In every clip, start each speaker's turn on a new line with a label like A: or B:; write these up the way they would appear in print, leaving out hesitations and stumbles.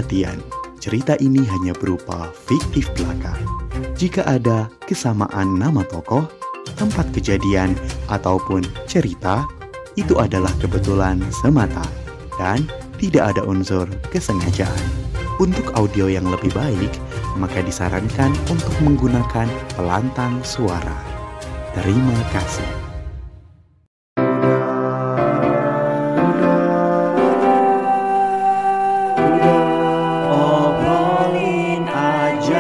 A: perhatian, cerita ini hanya berupa fiktif belaka. Jika ada kesamaan nama tokoh, tempat kejadian, ataupun cerita, itu adalah kebetulan semata dan tidak ada unsur kesengajaan. Untuk audio yang lebih baik, maka disarankan untuk menggunakan pelantang suara. Terima kasih. Obrolin aja.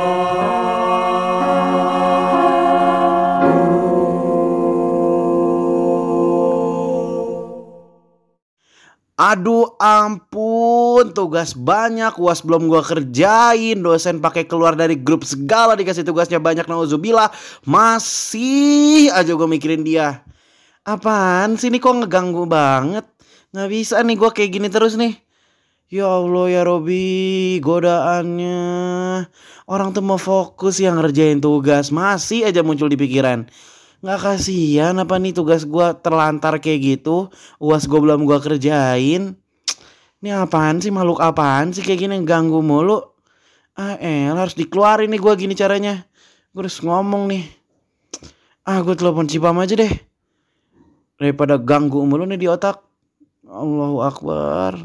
B: Aduh ampun, tugas banyak, UAS belum gua kerjain, dosen pakai keluar dari grup segala, dikasih tugasnya banyak, nauzubillah, masih aja gua mikirin dia. Apaan sih ini, kok ngeganggu banget? Nggak bisa nih gua kayak gini terus nih. Ya Allah ya Robi, godaannya. Orang tuh mau fokus yang ngerjain tugas, masih aja muncul di pikiran. Nggak kasihan apa nih tugas gua terlantar kayak gitu, UAS gua belum gua kerjain. Ini apaan sih, makhluk apaan sih kayak gini, ganggu mulu. Harus dikeluarin nih gua gini caranya. Gua harus ngomong nih. Gua telepon Cipam aja deh, daripada ganggu mulu nih di otak. Allahu Akbar.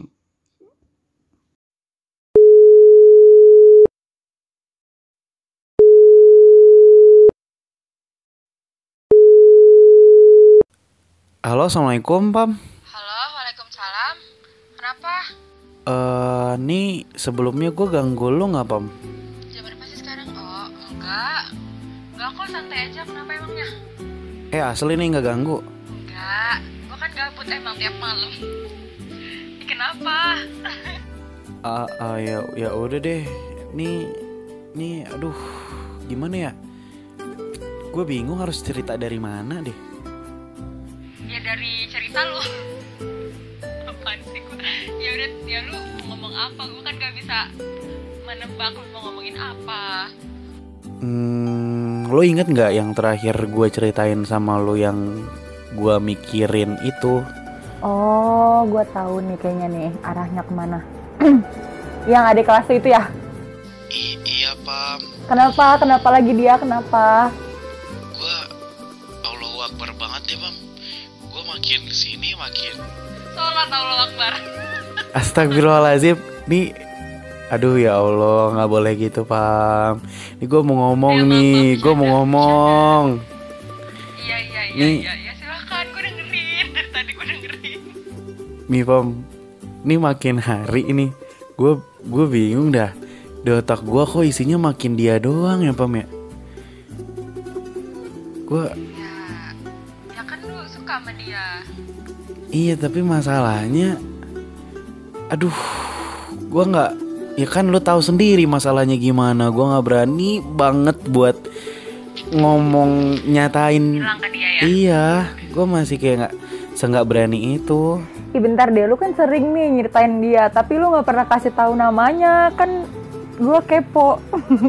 B: Halo, assalamualaikum Pam.
C: Halo, waalaikumsalam. Kenapa?
B: Nih sebelumnya gue ganggu lu nggak Pam?
C: Jam berapa sih sekarang? Oh, enggak. Enggak kok, santai aja. Kenapa emangnya?
B: Asli nih nggak ganggu.
C: Enggak, gue kan gabut emang tiap malam. Kenapa?
B: Ya udah deh. Nih, aduh, gimana ya? Gue bingung harus cerita dari mana deh.
C: Ya dari cerita lu. Apaan sih gue? Ya udah, ya lu mau ngomong apa? Gue kan gak bisa menebak lu mau ngomongin apa.
B: Lo inget nggak yang terakhir gue ceritain sama lo yang gue mikirin itu?
D: Oh, gue tahu nih kayaknya nih arahnya kemana. Yang adik kelas itu ya?
E: Iya Pam.
D: Kenapa lagi dia? Kenapa?
E: Gue Allahu Akbar banget deh Pam. Gue makin kesini makin
C: Sholat Allahu Akbar.
B: Astagfirullahaladzim. Nih, aduh ya Allah, nggak boleh gitu Pam. Nih gue mau ngomong nih, gue mau ngomong.
C: Iya, silakan, gue dengerin. Dari tadi gue dengerin.
B: Nih Pam, nih makin hari ini gue bingung dah. Di otak gue kok isinya makin dia doang ya Pam ya.
C: Ya kan lu suka sama dia.
B: Iya, tapi masalahnya, aduh, gue nggak, ya kan lu tahu sendiri masalahnya gimana. Gue nggak berani banget buat ngomong nyatain.
C: Bilang ke dia ya.
B: Iya, gue masih kayak nggak berani itu.
D: Bentar deh, lu kan sering nih nyeritain dia, tapi lu nggak pernah kasih tahu namanya, kan gue kepo.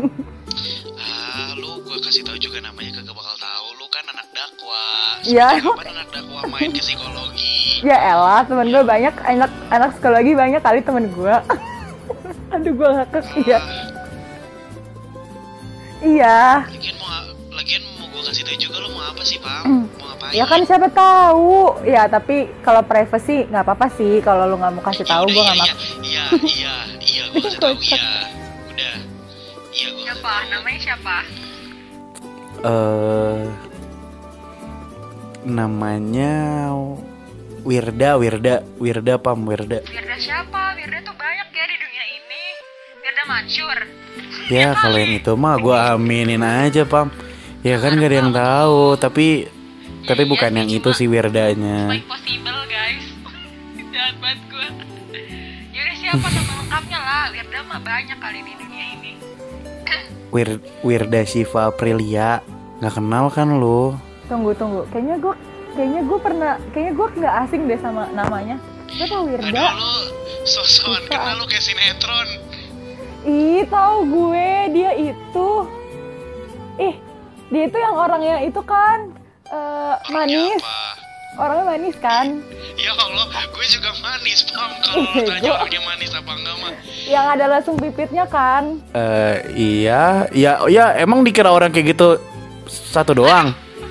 E: lu gue kasih tahu juga namanya kagak bakal tahu. Lu kan anak dakwah.
D: Ya.
E: Kapan anak dakwah main ke psikologi?
D: Ya elah, temen gue banyak, anak psikologi banyak kali temen gue. Aduh, gue ngakak. Iya.
E: Lagian mau gue kasih tahu juga, lu mau apa sih Pam? Mau ngapain?
D: Ya kan siapa tahu. Ya tapi kalau privacy nggak apa-apa sih. Kalau lu nggak mau kasih tahu, gue nggak maksud.
E: Iya, gue kasih tahu ya. Udah. Iya, gue.
C: Siapa? Namanya siapa?
B: Namanya Wirda Pam, Wirda.
C: Wirda siapa? Wirda tuh banyak ya di dunia ini. Wirda Mansur.
B: Ya kalau yang itu mah gue aminin aja Pam. Ya kan gak ada yang tahu, tapi bukan yang itu sih Wirdanya.
C: Cuma impossible guys. Jahat banget gue. Yaudah, siapa nama lengkapnya lah? Wirda mah banyak kali di dunia ini.
B: Wirda Shiva Aprilia. Nggak kenal kan lu?
D: Tunggu. Kayaknya gue nggak asing deh sama namanya. Siapa Wirda?
E: Aduh, lu sosokan kenal lu kayak sinetron.
D: Ih, tahu gue dia itu. Dia itu yang orangnya itu kan manis. Orangnya manis kan?
E: Ya Allah, gue juga manis, Pam. Kalau lo tanya orangnya manis apa enggak mah.
D: Yang ada lesung pipitnya kan?
B: Iya, ya emang dikira orang kayak gitu satu doang.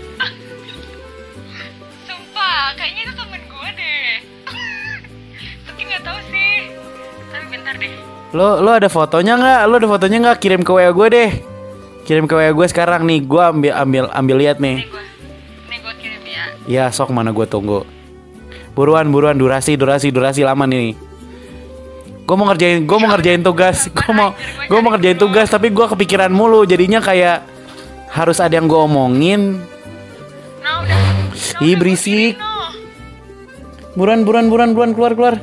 C: Sumpah, kayaknya itu temen gue deh. Tapi nggak tahu sih. Tapi bentar deh.
B: Lo ada fotonya nggak? Lo ada fotonya nggak? Kirim ke WA gue deh. Kirim ke WA gue sekarang nih. Gue ambil lihat nih.
C: Nih gue kirim ya.
B: Ya sok, mana gue tunggu. Buruan durasi lama nih. Gue mau ngerjain tugas. Gue mau ngerjain tugas tapi gue kepikiran mulu. Jadinya kayak harus ada yang gue omongin.
C: Nah udah.
B: Ih berisik. Buruan keluar.
C: Udah.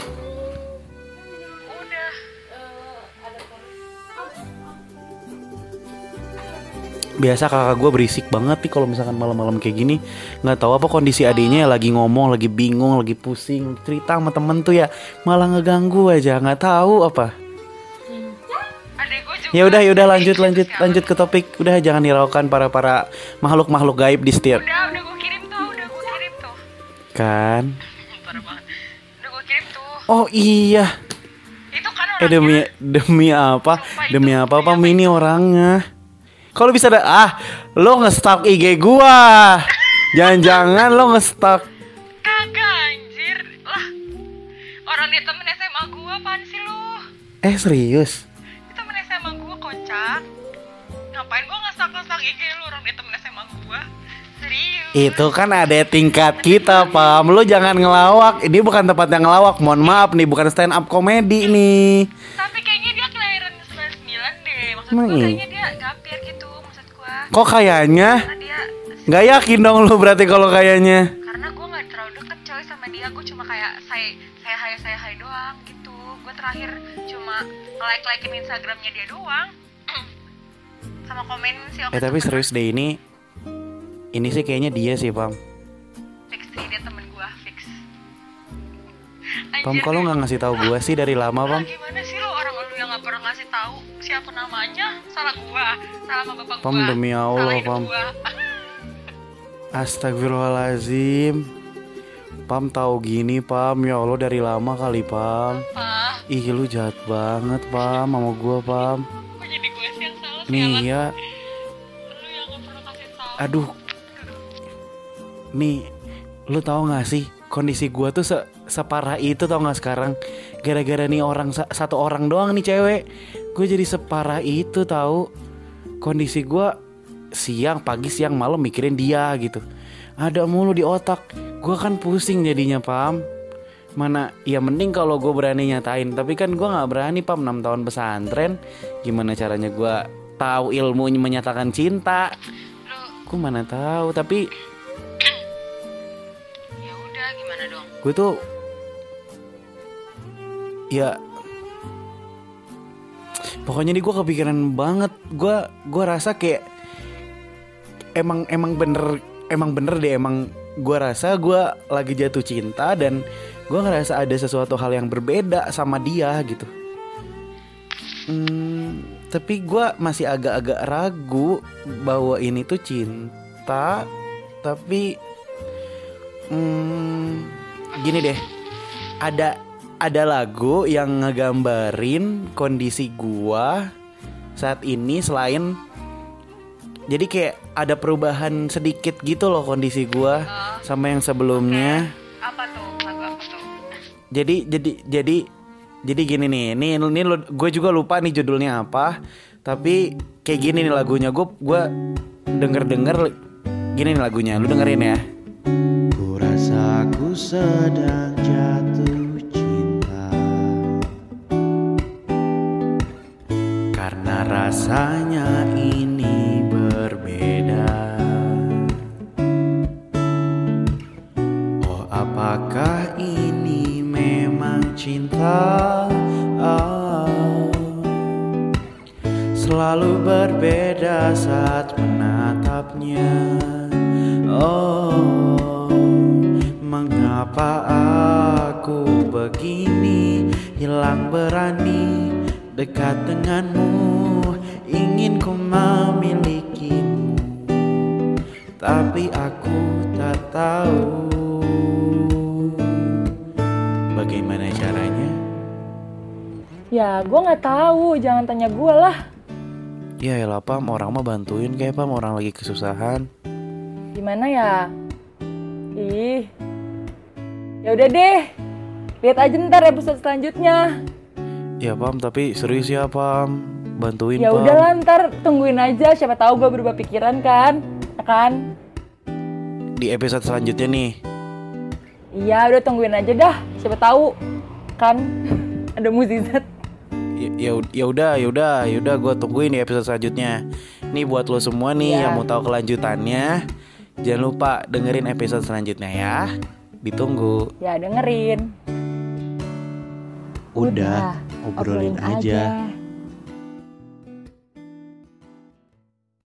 B: Biasa kakak gue berisik banget nih kalau misalkan malam-malam kayak gini. Nggak tahu apa kondisi adiknya ya, lagi ngomong, lagi bingung, lagi pusing, cerita sama temen tuh ya malah ngeganggu aja, nggak tahu apa.
C: Adek gue juga.
B: Ya udah lanjut ke topik. Udah jangan hiraukan para makhluk gaib di setiap.
C: Udah gue kirim tuh.
B: Kan.
C: Parah banget. Udah gue kirim tuh.
B: Oh iya.
C: Itu kan orangnya.
B: Demi apa?
C: Sumpah,
B: Demi
C: itu
B: apa
C: punya
B: ini orangnya? Kalau bisa lo nge-stalk IG gua. Jangan-jangan lo nge-stalk.
C: Kagak anjir. Lah. Orang dia temen SMA gue, apaan sih lu?
B: Serius?
C: Itu temen SMA gue, kocak. Ngapain gue ngestak IG lu, orang dia temen SMA gue? Serius.
B: Itu kan ada tingkat kita, Pam. Lo jangan ngelawak. Ini bukan tempat yang ngelawak. Mohon maaf nih, bukan stand up comedy nih.
C: Tapi kayaknya dia kelahiran 99 deh. Maksud
B: Emang
C: gue
B: iya?
C: kayaknya dia gapir gitu, maksud gue.
B: Kok kayaknya?
C: Karena dia,
B: Nggak yakin dong lo berarti kalau kayaknya.
C: karena gue gak terlalu deket coy sama dia. Gue cuma kayak saya hai doang gitu. Gue terakhir cuma like-likein Instagramnya dia doang. Sama komen sih.
B: Tapi serius deh ini sih kayaknya dia sih, Pam.
C: Fix sih, dia temen gue, fix.
B: Pam, kalau nggak ngasih tahu gue sih dari lama, Pam.
C: Gimana sih lo, orang lu yang gak pernah ngasih tahu siapa namanya? Salah gua, salah sama bapak
B: Pam,
C: gua.
B: demi Allah,
C: salah hidup
B: Pam.
C: gua.
B: Astagfirullahaladzim. Pam tahu gini, Pam. Ya Allah, dari lama kali, Pam.
C: Apa?
B: Ih, lu jahat banget, Pam, sama gue, Pam.
C: Kok jadi gue sih yang salah sih?
B: Nih
C: Alan?
B: ya,
C: Lu yang gak pernah kasih tahu.
B: aduh. Nih, lu tahu nggak sih kondisi gue tuh separah itu, tau nggak sekarang? Gara-gara nih satu orang doang nih cewek, gue jadi separah itu, tahu? Kondisi gue pagi siang malam mikirin dia gitu. Ada mulu di otak. Gue kan pusing jadinya, Pam. Mana ya mending kalau gue berani nyatain. Tapi kan gue gak berani, Pam. 6 tahun pesantren. Gimana caranya gue tahu ilmu menyatakan cinta? Gue mana tahu. Tapi
C: Ya udah, gimana dong?
B: gue tuh ya pokoknya nih gue kepikiran banget. Gue rasa kayak emang bener deh. Emang gue rasa gue lagi jatuh cinta dan gue ngerasa ada sesuatu hal yang berbeda sama dia gitu. Tapi gue masih agak-agak ragu bahwa ini tuh cinta. Tapi gini deh, ada lagu yang ngegambarin kondisi gua saat ini. Selain jadi kayak ada perubahan sedikit gitu loh kondisi gua sama yang sebelumnya.
C: Apa tuh? Lagu apa tuh?
B: Jadi gini nih, gue juga lupa nih judulnya apa. Tapi kayak gini nih lagunya. Gue denger gini nih lagunya. Lu dengerin ya. Ku rasa ku sedang jatuh cinta, karena rasanya ini berbeda. Oh, apakah ini memang cinta? Selalu berbeda saat menatapnya. Oh, mengapa aku begini, hilang berani dekat denganmu, ingin ku memilikimu, tapi aku tak tahu
D: Ya, gue nggak tahu. Jangan tanya gue lah.
B: Ya elah Pam, orang mah bantuin kayak Pam, orang lagi kesusahan.
D: Gimana ya? Ih. Ya udah deh. Lihat aja ntar episode selanjutnya.
B: Ya Pam, tapi serius ya Pam, bantuin
D: Ya
B: Pam.
D: udahlah, ntar tungguin aja. Siapa tahu gue berubah pikiran kan? Ya kan?
B: Di episode selanjutnya nih.
D: Iya, udah tungguin aja dah. Siapa tahu kan ada mukjizat.
B: Ya udah, gue tungguin di episode selanjutnya. Nih buat lo semua nih
D: Iya.
B: yang mau tahu kelanjutannya, jangan lupa dengerin episode selanjutnya ya. Ditunggu.
D: Ya dengerin.
A: Udah, obrolin aja.